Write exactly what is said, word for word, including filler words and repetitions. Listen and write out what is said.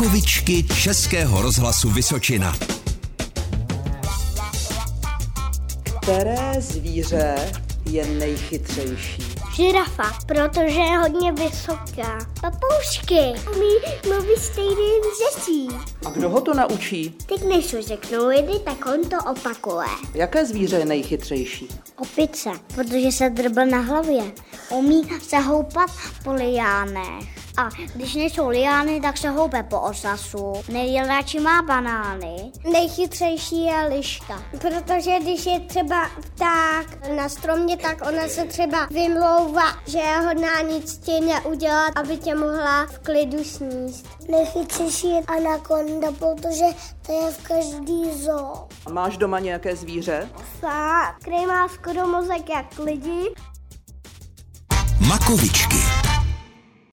Makovičky Českého rozhlasu Vysočina. Které zvíře je nejchytřejší? Žirafa, protože je hodně vysoká. Papoušky umí mluvit stejným řečí. A kdo ho to naučí? Teď než řeknou jedy, tak on to opakuje. Jaké zvíře je nejchytřejší? Opice, protože se drbe na hlavě. Umí se houpat po liánech. A když nejsou liány, tak se houpe po osasu. Nejradši má banány. Nejchytřejší je liška, protože když je třeba pták na stromě, tak ona se třeba vymlouvá, že je hodná nic ti neudělat, aby tě mohla v klidu sníst. Nejchytřejší je anakonda, protože to je v každý zoo. A máš doma nějaké zvíře? Psa, který má skoro mozek jak lidi. Makovičky.